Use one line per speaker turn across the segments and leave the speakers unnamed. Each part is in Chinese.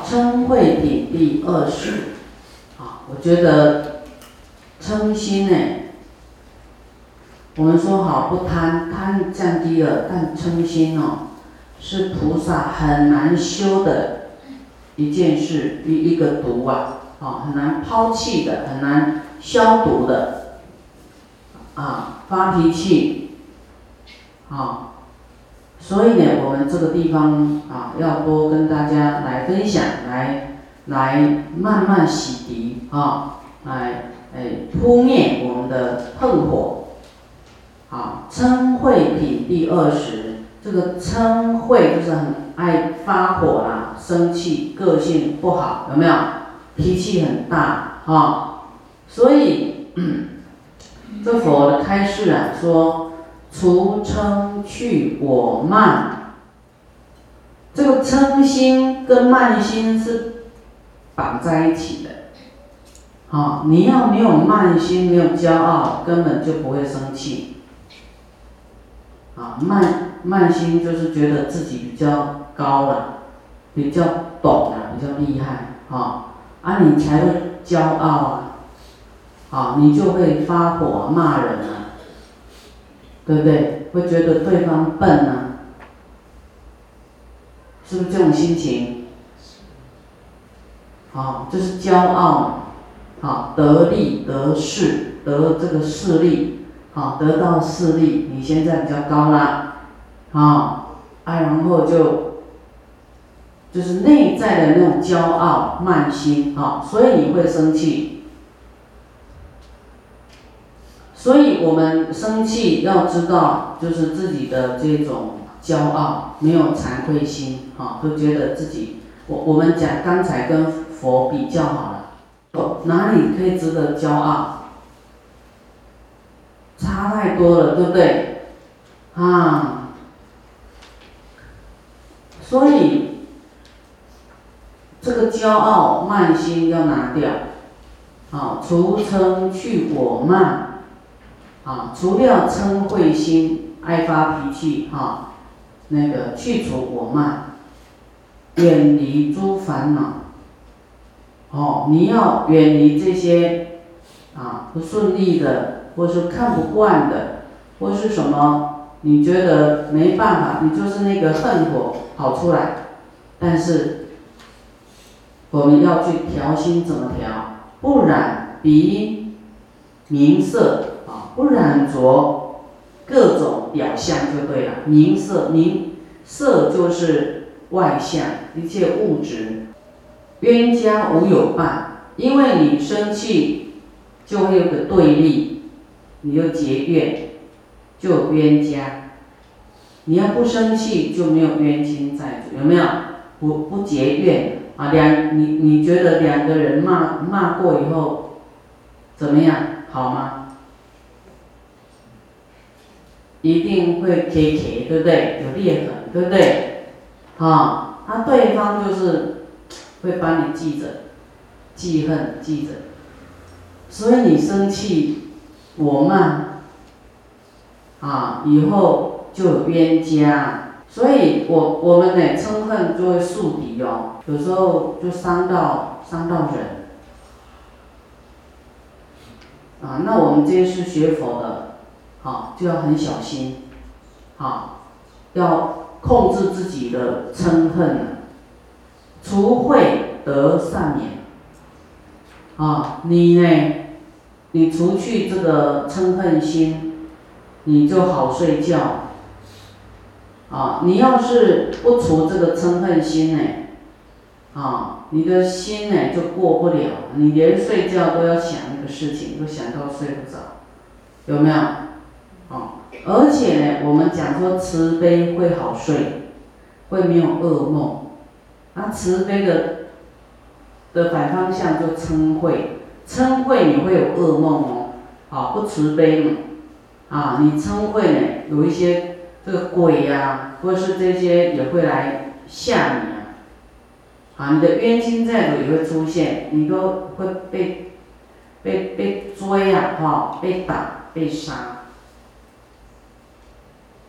嗔恚品第20。我觉得嗔心呢，我们说好不贪，贪降低了，但嗔心是菩萨很难修的一件事，一个毒很难抛弃的，很难消毒的。发脾气，所以呢，我们这个地方要多跟大家来分享，来慢慢洗涤来扑灭我们的恨火。嗔恚品第20，这个嗔恚就是很爱发火啦，生气，个性不好，有没有？脾气很大所以这佛的开示说，除嗔去我慢。这个嗔心跟慢心是绑在一起的。你要没有慢心，没有骄傲，根本就不会生气。慢心就是觉得自己比较高了，比较懂了，比较厉害你才会骄傲你就会发火骂人对不对？会觉得对方笨是不是这种心情？就是骄傲得利得势，得这个势力得到势力，你现在比较高啦然后就是内在的那种骄傲慢心所以你会生气。所以我们生气要知道，就是自己的这种骄傲，没有惭愧心都觉得自己，我们讲刚才跟佛比较好了，哪里可以值得骄傲？差太多了，对不对？所以这个骄傲慢心要拿掉除嗔去我慢除掉嗔恚心，爱发脾气那个去除我慢，远离诸烦恼你要远离这些不顺利的，或是看不惯的，或是什么你觉得没办法，你就是那个恨火跑出来。但是我们要去调心，怎么调？不染鼻名色不染着各种表象就对了。名色，名色就是外相，一切物质。冤家无有伴，因为你生气就会有个对立，你又结怨，就有冤家。你要不生气就没有冤亲债主，有没有？不结怨你觉得两个人骂过以后怎么样？好吗？一定会 KK， 对不对？有裂痕，对不对？对方就是会把你记着，记恨记着，所以你生气我慢以后就有冤家。所以我们呢嗔恨就会树敌有时候就伤到人那我们这些是学佛的就要很小心要控制自己的嗔恨除恚得善眠你呢，你除去这个嗔恨心，你就好睡觉你要是不除这个嗔恨心你的心呢就过不了，你连睡觉都要想一个事情，都想到睡不着，有没有？而且呢，我们讲说慈悲会好睡，会没有噩梦。慈悲的反方向就嗔恚，嗔恚你会有噩梦不慈悲嘛你嗔恚呢，有一些这个鬼或者是这些也会来吓你你的冤亲债主也会出现，你都会被追被打被杀。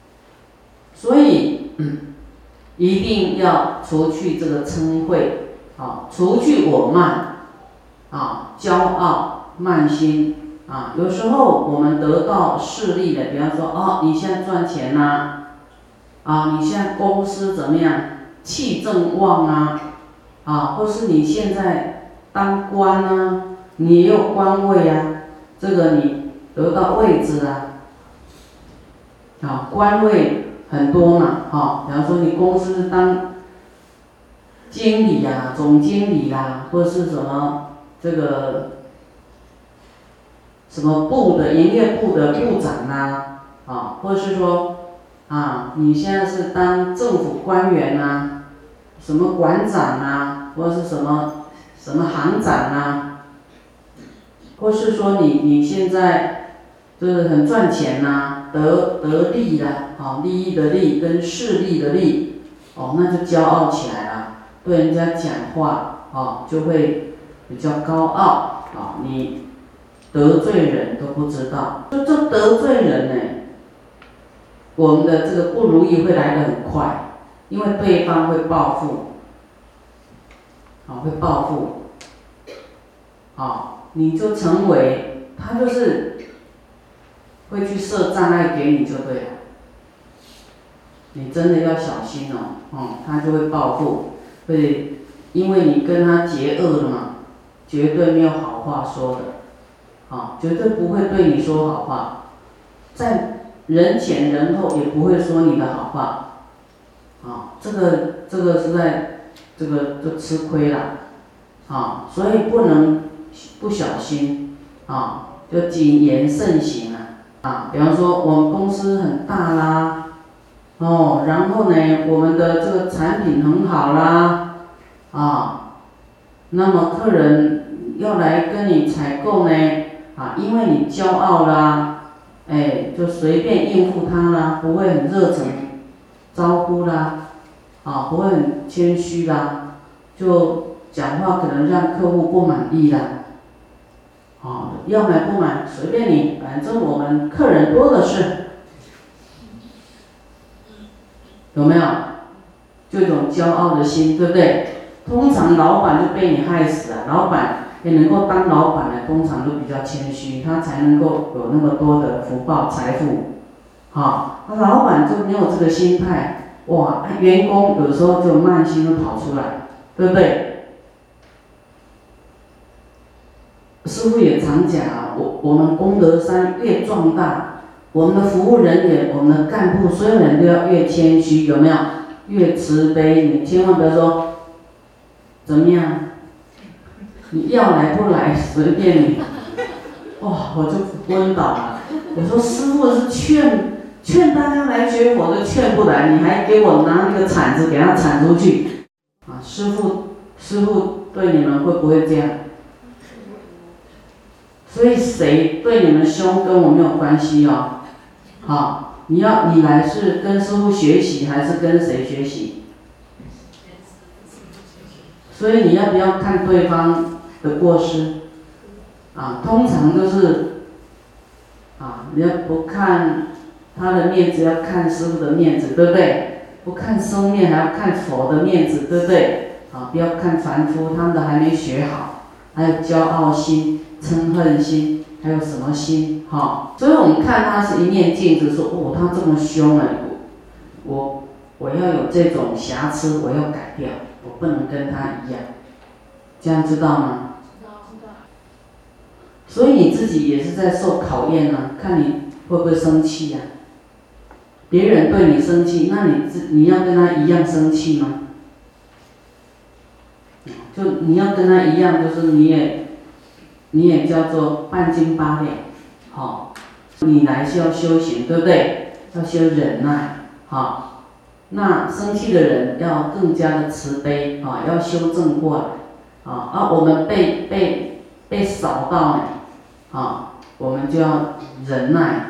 所以一定要除去这个嗔恚除去我慢，骄傲慢心，有时候我们得到势力的，比方说，你现在赚钱啦，你现在公司怎么样，气正旺啊，或是你现在当官啊，你也有官位啊，这个你得到位置官位很多嘛，比方说你公司是当经理总经理或者是什么这个什么部的营业部的部长或者是说你现在是当政府官员什么馆长或者是什么行长或是说你现在就是很赚钱得利利益的利跟势力的利，那就骄傲起来了，对人家讲话就会比较高傲你得罪人都不知道，就得罪人呢，我们的这个不如意会来得很快，因为对方会报复，会报复，你就成为他就是会去设障碍给你就对了，你真的要小心他就会报复，会因为你跟他结恶了嘛，绝对没有好话说的，绝对不会对你说好话，在人前人后也不会说你的好话，这个实在这个就吃亏了，所以不能不小心，就谨言慎行比方说我们公司很大啦，然后呢，我们的这个产品很好啦，那么客人要来跟你采购呢，因为你骄傲啦，就随便应付他啦，不会很热诚招呼啦，不会很谦虚啦，就讲话可能让客户不满意啦，要买不买随便你，反正我们客人多的是，有没有？就一种骄傲的心，对不对？通常老板就被你害死了，老板也能够当老板的，通常都比较谦虚，他才能够有那么多的福报财富，老板就没有这个心态，员工有时候就慢心都跑出来，对不对？师父也常讲我们功德山越壮大，我们的服务人员，我们的干部，所有人都要越谦虚，有没有？越慈悲，你千万不要说怎么样，你要来不来随便你，我就昏倒了。我说师父是劝大家来学佛都劝不来，你还给我拿那个铲子给他铲出去，师父对你们会不会这样？所以谁对你们凶跟我没有关系你来是跟师父学习还是跟谁学习？所以你要不要看对方的过失？通常都是你要不看他的面子，要看师父的面子，对不对？不看僧面还要看佛的面子，对不对？不要看凡夫，他们都还没学好，还有骄傲心、嗔恨心，还有什么心？所以我们看他是一面镜子，说他这么凶我要有这种瑕疵，我要改掉，我不能跟他一样，这样知道吗？知道。所以你自己也是在受考验看你会不会生气别人对你生气，那你要跟他一样生气吗？就你要跟他一样，就是你也叫做半斤八两，你来是要修行，对不对？要修忍耐，那生气的人要更加的慈悲，要修正过来，我们被扫到我们就要忍耐，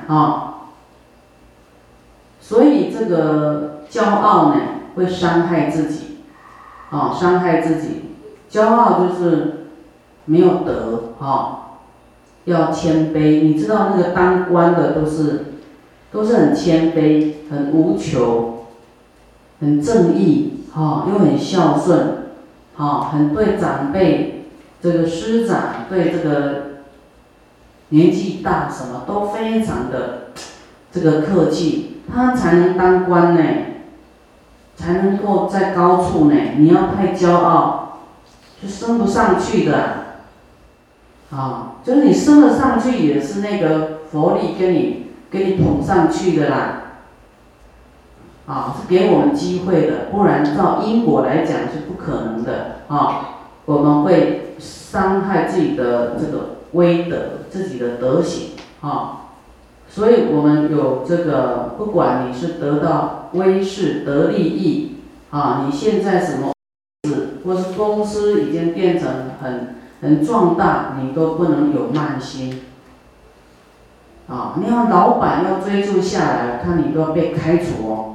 所以这个骄傲呢，会伤害自己，伤害自己。骄傲就是没有德，要谦卑。你知道那个当官的都是很谦卑、很无求、很正义，又很孝顺， 很对长辈，这个师长对这个年纪大什么都非常的这个客气，他才能当官呢，才能够在高处呢。你要太骄傲，就升不上去的。就是你升了上去，也是那个佛力给你捧上去的啦。是给我们机会的，不然照因果来讲是不可能的。我们会伤害自己的这个威德，自己的德行。所以我们有这个，不管你是得到威势、得利益，你现在什么或是公司已经变成很壮大，你都不能有慢心。你要老板要追究下来，看你都要被开除哦。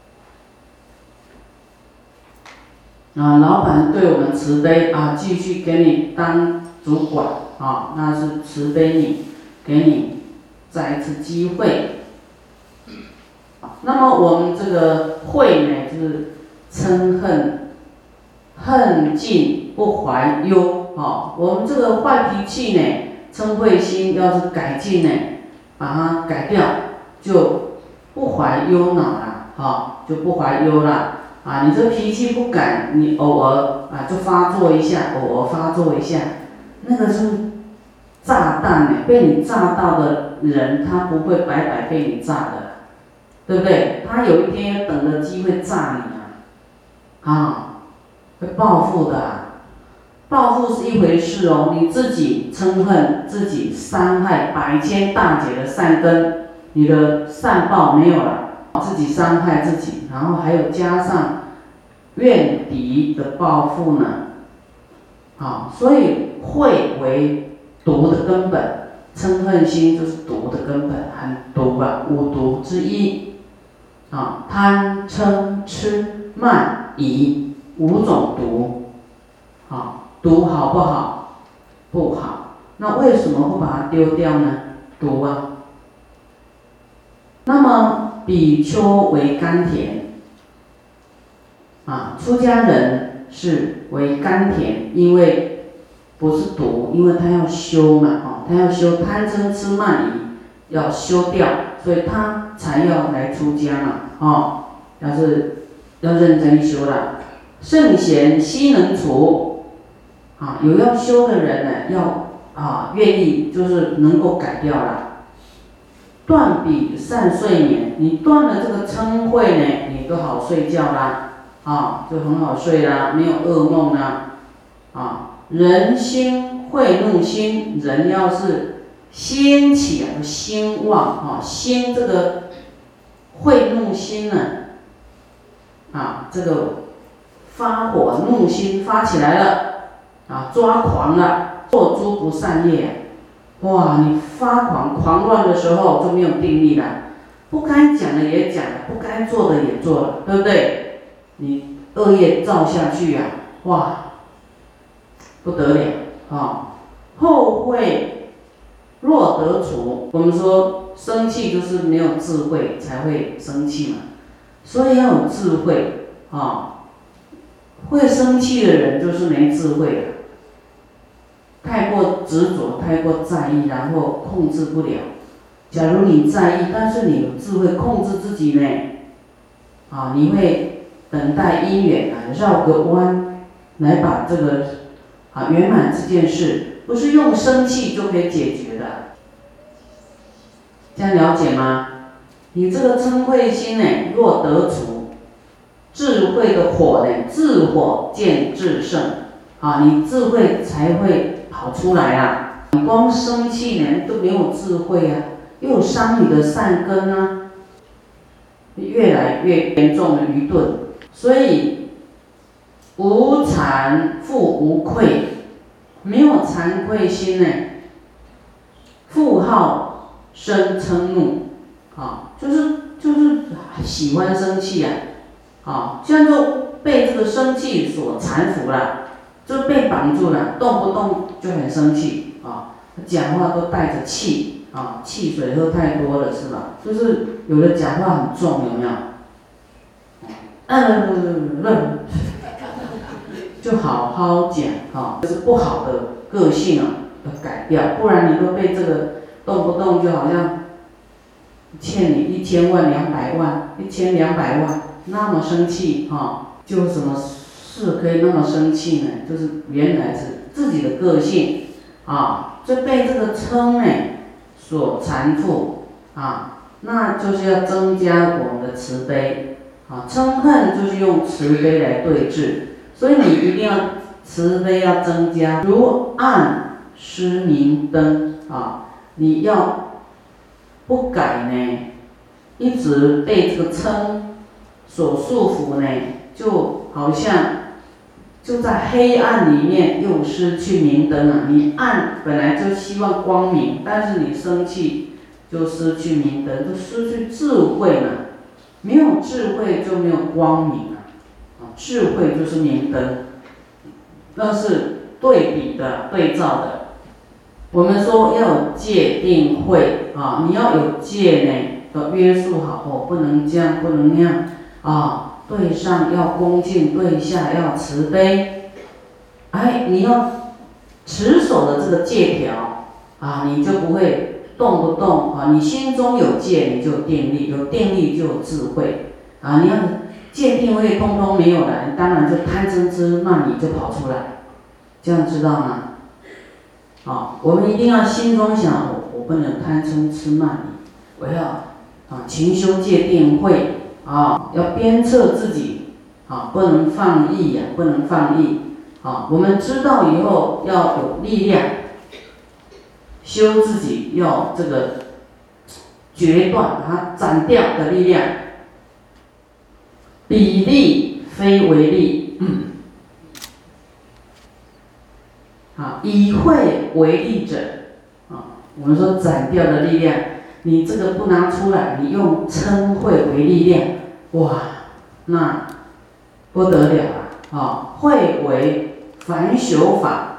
老板对我们慈悲继续给你当主管那是慈悲你，给你再一次机会。那么我们这个慧呢，就是嗔恨，恨尽不怀忧我们这个坏脾气呢，嗔恚心要是改进呢，把它改掉，就不怀忧恼了就不怀忧了。你这脾气不改，你偶尔就发作一下，偶尔发作一下，那个是炸弹呢，被你炸到的人，他不会白白被你炸的，对不对？他有一天要等着机会炸你会报复的报复是一回事你自己嗔恨，自己伤害百千大劫的善根，你的善报没有了。自己伤害自己，然后还有加上怨敌的报复呢，所以恚为毒的根本，嗔恨心就是毒的根本，很毒五毒之一贪嗔痴慢疑5种毒毒好不好？不好。那为什么不把它丢掉呢？毒那么比丘为甘甜出家人是为甘甜，因为不是毒，因为他要修嘛他要修贪嗔痴慢疑，要修掉，所以他才要来出家嘛要认真修了。圣贤悉能除有要修的人呢，要愿意就是能够改掉了。断彼善睡眠，你断了这个嗔恚呢，你都好睡觉啦就很好睡啦，没有噩梦啦人心恚怒心，人要是兴起兴旺兴这个恚怒心呢这个发火怒心发起来了抓狂了，做诸不善业你发狂乱的时候就没有定力了，不该讲的也讲了，不该做的也做了，对不对？你恶业造下去不得了后悔若得除，我们说生气就是没有智慧才会生气嘛，所以要有智慧会生气的人就是没智慧的。太过执着，太过在意，然后控制不了。假如你在意，但是你有智慧控制自己呢，你会等待因缘绕个弯，来把这个圆满这件事，不是用生气就可以解决的。这样了解吗？你这个嗔恚心呢，若得除，智慧的火呢，智火见智胜你智慧才会跑出来你光生气呢都没有智慧又伤你的善根越来越严重的愚钝。所以无惭复无愧，没有惭愧心呢，复好生嗔怒就是喜欢生气这样就被这个生气所缠服了，就被绑住了，动不动就很生气讲话都带着气汽水喝太多了是吧？就是有的讲话很重，有没有？就就好好讲就是不好的个性要改掉，不然你都被这个动不动就好像欠你1000万、200万、1200万，那么生气就什么事可以那么生气呢？就是原来是自己的个性就被这个嗔呢所缠缚那就是要增加我们的慈悲嗔恨就是用慈悲来对治，所以你一定要慈悲要增加，如暗失明灯你要不改呢，一直被这个嗔所束缚呢，就好像就在黑暗里面又失去明灯你暗本来就希望光明，但是你生气就失去明灯，就失去智慧了。没有智慧就没有光明智慧就是明灯，那是对比的、对照的。我们说要有戒定慧你要有戒呢，要约束好不能这样，不能那样对上要恭敬，对下要慈悲。你要持守的这个戒条你就不会动不动你心中有戒，你就有定力，有定力就有智慧你要戒定慧通通没有了，你当然就贪嗔痴慢疑就跑出来，这样知道吗？我们一定要心中想我不能贪嗔痴慢疑，我要勤修戒定慧要鞭策自己不能放逸不能放逸我们知道以后要有力量，修自己要这个决断，把它斩掉的力量。比力非为力，以慧为力者我们说斩掉的力量，你这个不拿出来，你用嗔慧为力量，哇，那不得了慧为凡修法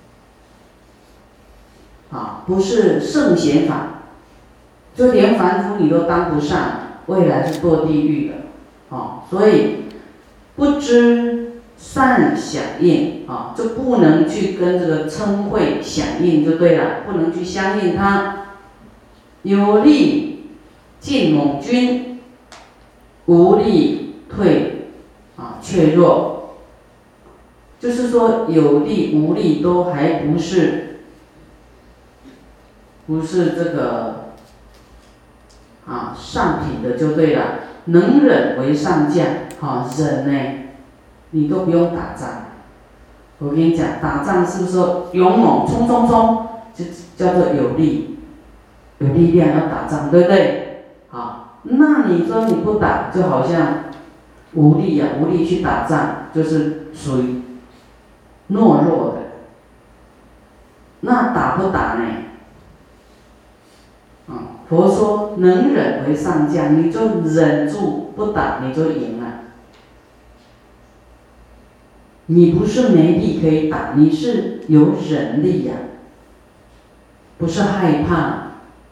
不是圣贤法，就连凡夫你都当不上，未来是堕地狱的所以不知善响应就不能去跟这个嗔恚响应就对了，不能去相应它。有力进猛军，无力退却弱，就是说有力无力都还不是这个上品的就对了。能忍为上将忍呢你都不用打仗，我跟你讲打仗是不是说勇猛冲冲冲就叫做有力，有力量要打仗对不对那你说你不打就好像无力无力去打仗，就是属于懦弱的。那打不打呢佛说能忍为上将，你就忍住不打你就赢了。你不是没力可以打，你是有忍力不是害怕。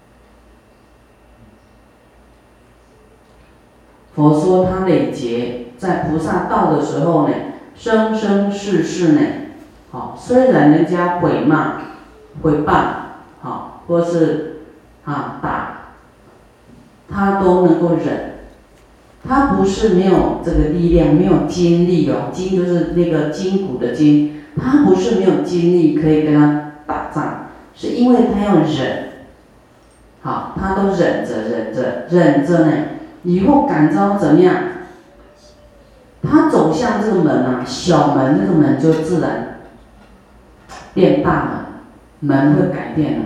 佛说他累劫在菩萨道的时候呢，生生世世呢虽然人家毁骂毁谤或是打他都能够忍，他不是没有这个力量，没有精力精就是那个筋骨的筋，他不是没有精力可以跟他打仗，是因为他要忍他都忍着呢，以后感召怎么样，他走向这个门小门那个门就自然变大门会改变了。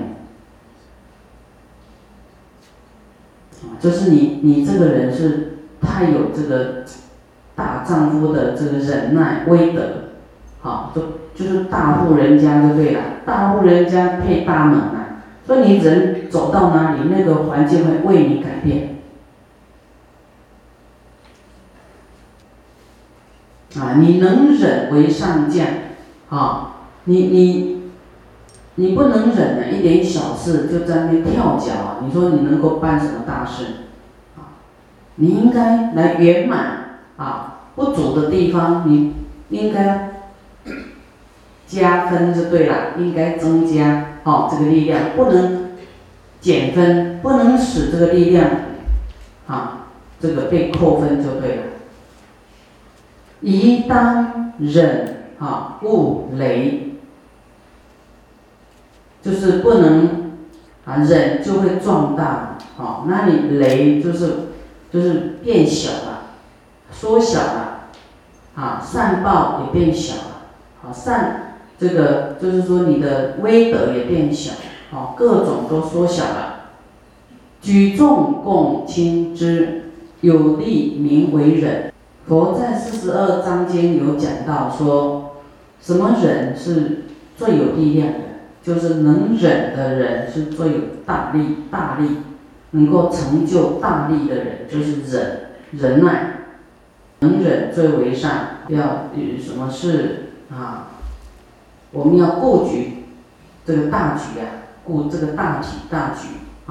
就是你这个人是太有这个大丈夫的这个忍耐威德就是大户人家就对了，大户人家配大门所以你人走到哪里，那个环境会为你改变你能忍为上将你不能忍一点小事就在那边跳脚你说你能够办什么大事你应该来圆满不足的地方，你应该加分就对了，应该增加这个力量，不能减分，不能使这个力量这个被扣分就对了。宜当忍勿雷，就是不能忍就会壮大那你雷就是变小了，缩小了善报也变小了这个就是说你的威德也变小各种都缩小了。举众共亲之，有力名为忍。佛在42章经有讲到说，什么忍是最有力量的，就是能忍的人是最有大力，能够成就大力的人就是忍耐，能忍最为善。要什么事我们要顾局这个大局顾这个大局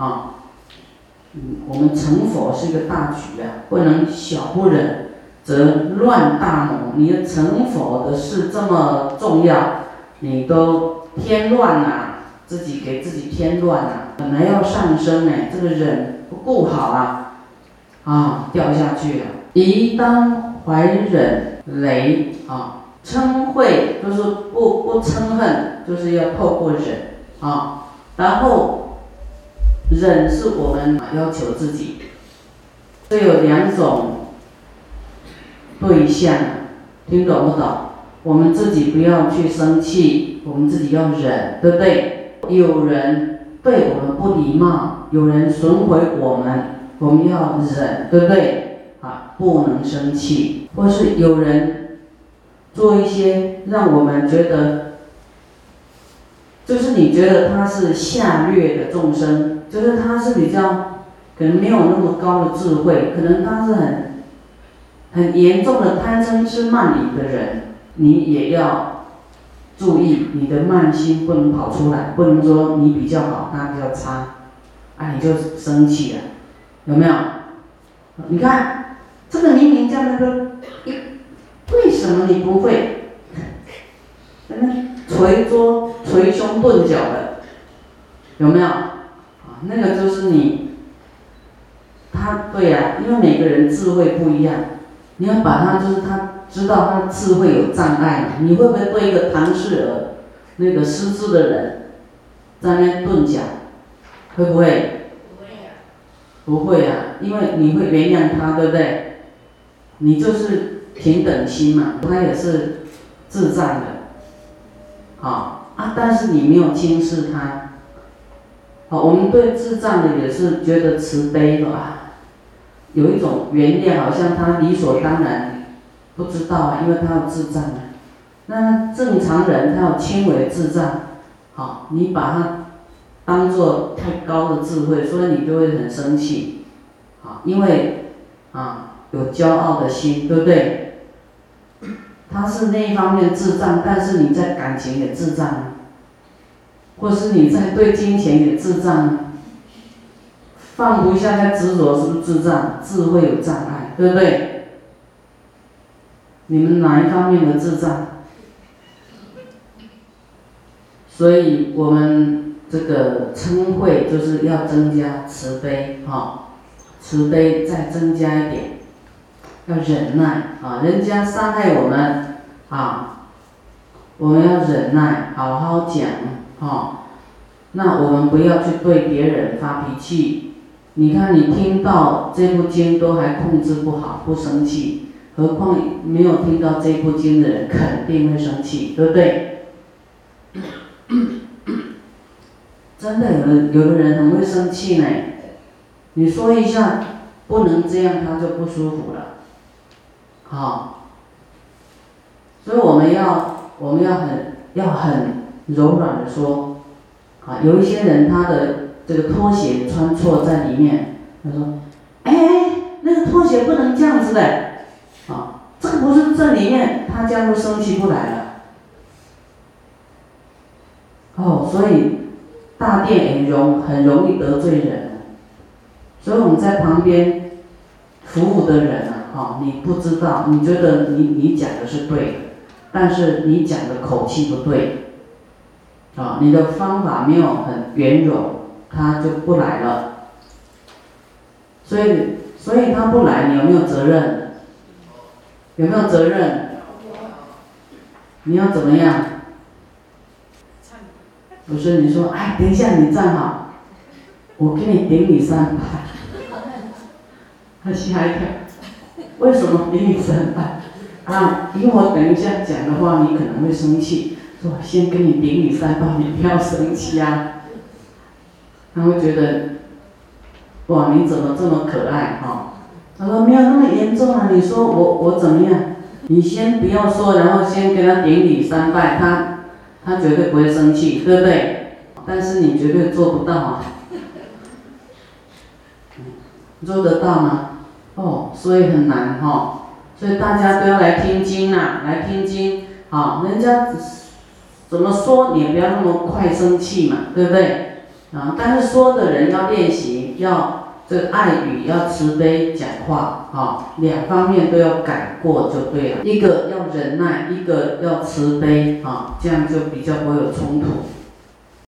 我们成佛是一个大局不能小不忍，则乱大谋。你的成佛的事这么重要，你都添乱自己给自己添乱本来要上升这个忍不顾好掉下去了。宜当怀忍雷嗔恚就是不嗔恨，就是要透过忍然后忍是我们要求自己，这有2种对象，听懂不懂？我们自己不要去生气，我们自己要忍，对不对？有人对我们不礼貌，有人损毁我们要忍，对不对？不能生气，或是有人做一些让我们觉得，就是你觉得他是下劣的众生，就是他是比较可能没有那么高的智慧，可能他是很严重的贪嗔痴慢疑的人，你也要注意你的慢心不能跑出来，不能说你比较好，他比较差，你就生气了，有没有？你看这个明明这样的，为什么你不会？捶胸顿脚的，有没有？那个就是他对因为每个人智慧不一样，你要把他就是他知道他的智慧有障碍你会不会对一个唐氏儿那个失智的人在那顿脚？会不会？不会因为你会原谅他，对不对？你就是平等心嘛，他也是智障的但是你没有轻视他我们对智障的也是觉得慈悲的有一种原谅，好像他理所当然，不知道因为他有智障那正常人他有轻微智障你把他当作太高的智慧，所以你就会很生气因为有骄傲的心，对不对？他是那一方面智障，但是你在感情也智障或是你在对金钱也智障放不下在执着，是不是智障？智慧有障碍，对不对？你们哪一方面的智障？所以我们这个嗔恚就是要增加慈悲慈悲再增加一点，要忍耐人家伤害我们我们要忍耐，好好讲那我们不要去对别人发脾气。你看你听到这部经都还控制不好，不生气，何况没有听到这部经的人肯定会生气，对不对？真的有的人很会生气呢，你说一下不能这样，他就不舒服了所以我们要很柔软的说有一些人他的这个拖鞋穿错在里面，他说那个拖鞋不能这样子的这个不是这里面，他这样就生气不来了所以大殿也很容易得罪人所以我们在旁边服务的人你不知道，你觉得你讲的是对的但是你讲的口气不对，啊，你的方法没有很圆融，他就不来了。所以他不来，你有没有责任？有没有责任？你要怎么样？不是你说，哎，等一下你站好，我给你顶你3拜。他吓一跳，为什么顶你3拜？啊，因为我等一下讲的话，你可能会生气，说先跟你顶你3拜，你不要生气啊。他会觉得，哇，你怎么这么可爱哈？他说没有那么严重啊，你说我怎么样？你先不要说，然后先跟他顶礼3拜，他绝对不会生气，对不对？但是你绝对做不到啊。做得到吗？哦，所以很难哈。所以大家都要来听经啦，来听经。好，人家怎么说你也不要那么快生气嘛，对不对？啊，但是说的人要练习，要这个爱语，要慈悲讲话，啊，2方面都要改过就对了。一个要忍耐，一个要慈悲，啊，这样就比较不会有冲突。